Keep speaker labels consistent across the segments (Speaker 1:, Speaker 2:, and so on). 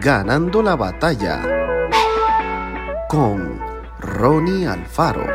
Speaker 1: Ganando la batalla con Ronnie Alfaro.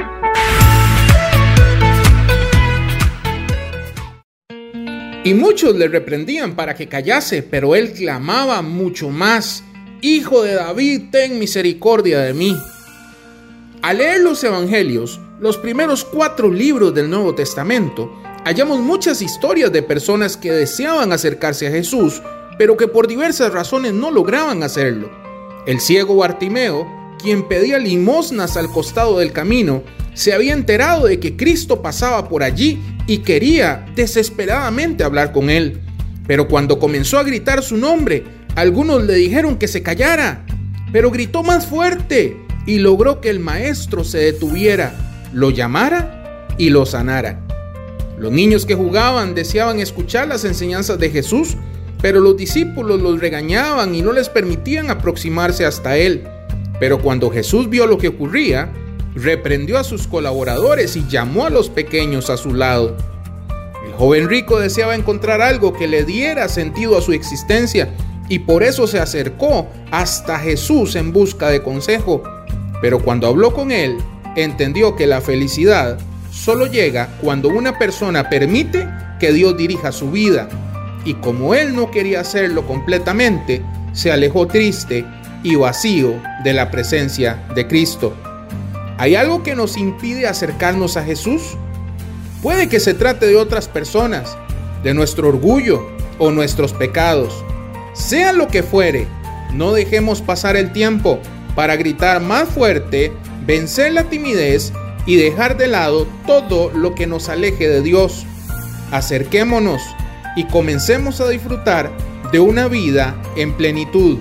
Speaker 2: Y muchos le reprendían para que callase, pero él clamaba mucho más: Hijo de David, ten misericordia de mí. Al leer los evangelios, los primeros 4 libros del Nuevo Testamento, hallamos muchas historias de personas que deseaban acercarse a Jesús, pero que por diversas razones no lograban hacerlo. El ciego Bartimeo, quien pedía limosnas al costado del camino, se había enterado de que Cristo pasaba por allí y quería desesperadamente hablar con él. Pero cuando comenzó a gritar su nombre, algunos le dijeron que se callara, pero gritó más fuerte y logró que el maestro se detuviera, lo llamara y lo sanara. Los niños que jugaban deseaban escuchar las enseñanzas de Jesús, pero los discípulos los regañaban y no les permitían aproximarse hasta él. Pero cuando Jesús vio lo que ocurría, reprendió a sus colaboradores y llamó a los pequeños a su lado. El joven rico deseaba encontrar algo que le diera sentido a su existencia y por eso se acercó hasta Jesús en busca de consejo. Pero cuando habló con él, entendió que la felicidad solo llega cuando una persona permite que Dios dirija su vida. Y como él no quería hacerlo completamente, se alejó triste y vacío de la presencia de Cristo. ¿Hay algo que nos impide acercarnos a Jesús? Puede que se trate de otras personas, de nuestro orgullo o nuestros pecados. Sea lo que fuere, no dejemos pasar el tiempo para gritar más fuerte, vencer la timidez y dejar de lado todo lo que nos aleje de Dios. Acerquémonos y comencemos a disfrutar de una vida en plenitud.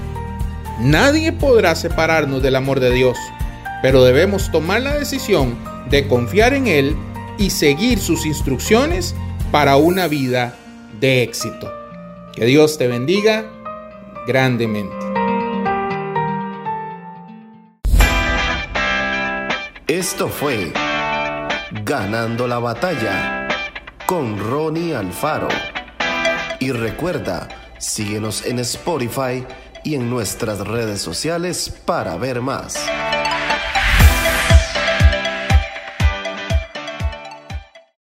Speaker 2: Nadie podrá separarnos del amor de Dios, pero debemos tomar la decisión de confiar en Él y seguir sus instrucciones para una vida de éxito. Que Dios te bendiga grandemente.
Speaker 1: Esto fue Ganando la batalla con Ronnie Alfaro. Y recuerda, síguenos en Spotify y en nuestras redes sociales para ver más.